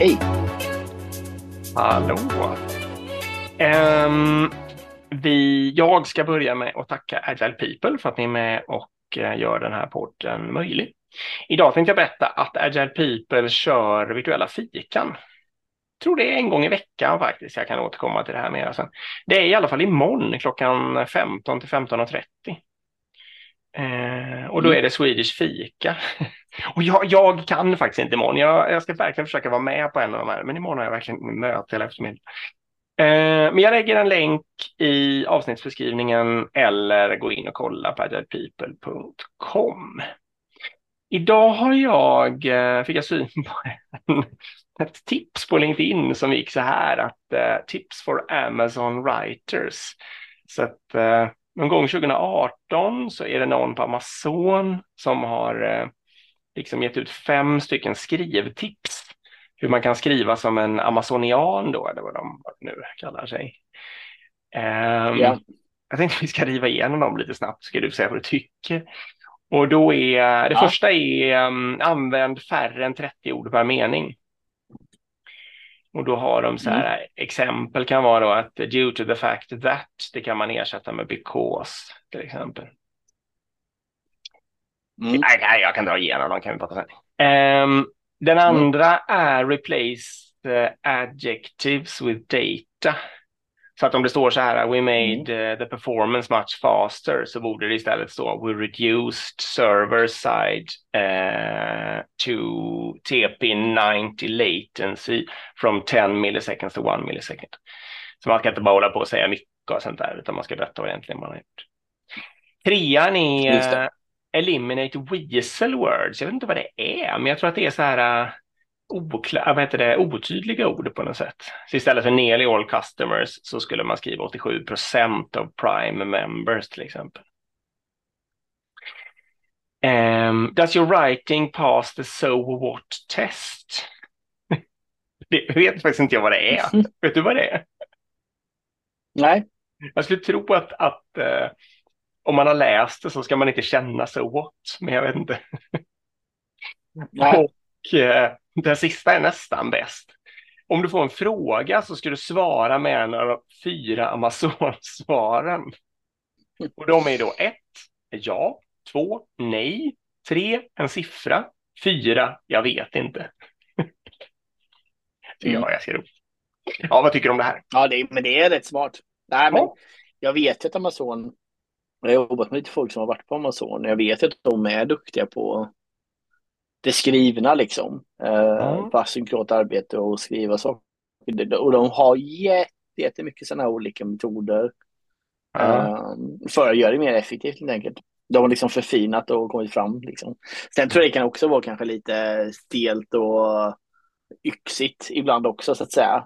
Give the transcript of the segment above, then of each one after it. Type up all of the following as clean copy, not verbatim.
Hej! Hallå! Ehm, jag ska börja med att tacka Agile People för att ni är med och gör den här podden möjlig. Idag tänkte jag berätta att Agile People kör virtuella fikan. Jag tror det är en gång i veckan faktiskt. Jag kan återkomma till det här mer sen. Det är i alla fall imorgon klockan 15 till 15.30. Och då är det Swedish fika. Och jag kan faktiskt inte imorgon. Jag ska verkligen försöka vara med på en av de här. Men imorgon har jag verkligen möte hela eftermiddagen. Men jag lägger en länk i avsnittsbeskrivningen eller gå in och kolla på agilepeople.com. Idag har fick jag syn på ett tips på LinkedIn som gick så här att tips for Amazon writers. Så att någon gång 2018 så är det någon på Amazon som har liksom gett ut 5 stycken skrivtips. Hur man kan skriva som en amazonian då, eller vad de nu kallar sig. Ja. Jag tänkte att vi ska riva igenom dem lite snabbt, ska du säga vad du tycker. Och då är det första är använd färre än 30 ord per mening. Och då har de så här, exempel kan vara då att due to the fact that, det kan man ersätta med because till exempel. Nej, jag kan dra igenom dem, kan vi prata sen. Den andra är replace the adjectives with data. Så att om det står så här, we made the performance much faster, så borde det istället stå, we reduced server side to TP90 latency from 10 milliseconds to 1 millisecond. Så man ska inte bara hålla på och säga mycket och sånt där, utan man ska berätta vad egentligen man har gjort. Trean är eliminate weasel words. Jag vet inte vad det är, men jag tror att det är så här otydliga ord på något sätt. Så istället för nearly all customers så skulle man skriva 87% of prime members till exempel. Does your writing pass the so what test? Det vet faktiskt inte jag vad det är. Vet du vad det är? Nej. Jag skulle tro att om man har läst det så ska man inte känna so what, men jag vet inte. Och den sista är nästan bäst. Om du får en fråga så ska du svara med en av de 4 Amazon-svaren. Och de är då 1, ja, 2, nej, 3, en siffra, 4, jag vet inte. Tycker jag ska roligt. Ja, vad tycker du om det här? Ja, men det är rätt smart. Nej, men jag vet att Amazon, jag har jobbat med lite folk som har varit på Amazon, jag vet att de är duktiga på det skrivna liksom. På asynkront arbete och skriva saker. Och de har jättemycket sådana olika metoder för att göra det mer effektivt helt enkelt. De har liksom förfinat och kommit fram liksom. Sen tror jag det kan också vara kanske lite stelt och yxigt ibland också så att säga.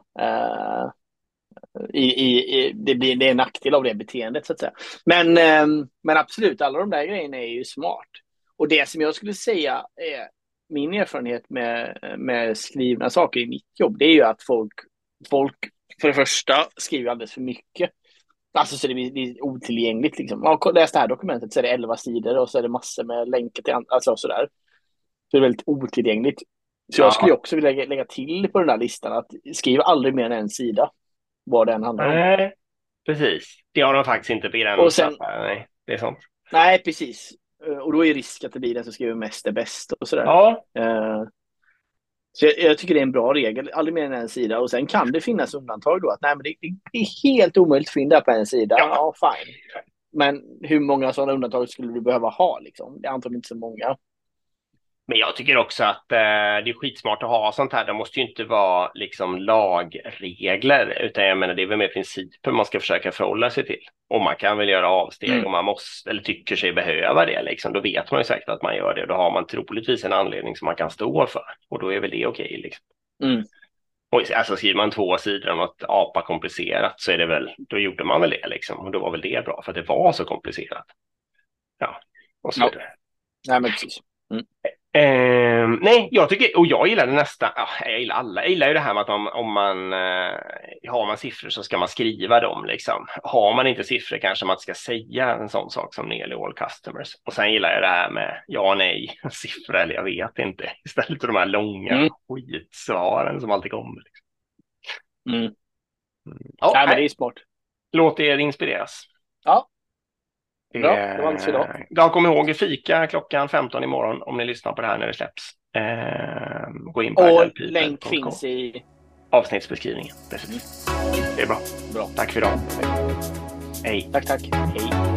Det är en nackdel av det beteendet så att säga. Men absolut, alla de där grejerna är ju smart. Och det som jag skulle säga är min erfarenhet med skrivna saker i mitt jobb, det är ju att folk för det första skriver alldeles för mycket. Alltså så det blir otillgängligt liksom. Läs det här dokumentet så är det 11 sidor och så är det massor med länkar till alltså sådär. Så det är väldigt otillgängligt. Så jag skulle också vilja lägga till på den här listan att skriv aldrig mer än en sida vad den handlar om. Nej, precis. Det har de faktiskt inte begränsat. Nej, det är sånt. Nej, precis. Och då är risk att det blir den som skriver mest är bäst och sådär. Ja. Så jag tycker det är en bra regel. Aldrig mer än en sida. Och sen kan det finnas undantag då. Att nej, men det är helt omöjligt att finna på en sida. Ja, fine. Men hur många sådana undantag skulle du behöva ha liksom? Det är antagligen inte så många. Men jag tycker också att det är skitsmart att ha sånt här. Det måste ju inte vara liksom lagregler, utan jag menar det är väl mer principer man ska försöka förhålla sig till. Och man kan väl göra avsteg om man måste eller tycker sig behöva det liksom. Då vet man ju säkert att man gör det och då har man troligtvis en anledning som man kan stå för. Och då är väl det okej liksom. Och alltså skriver man 2 sidor om något apa komplicerat så är det väl, då gjorde man väl det liksom. Och då var väl det bra för att det var så komplicerat. Ja, och så vidare. Nej, men precis. Nej, jag tycker, och jag gillar det nästan, jag gillar alla, jag gillar ju det här med att om man har man siffror så ska man skriva dem liksom. Har man inte siffror kanske man ska säga en sån sak som nearly all customers. Och sen gillar jag det här med ja, nej, siffror eller jag vet inte, istället för de här långa skitsvaren som alltid kommer. Liksom. Ja, men det är smart. Låt er inspireras. Ja. Bra, det var allt för idag. Ja, kom ihåg fika klockan 15 imorgon om ni lyssnar på det här när det släpps. Gå in på och länk finns i avsnittsbeskrivningen. Det är bra. Bra. Tack för idag. Hej. Tack. Hej.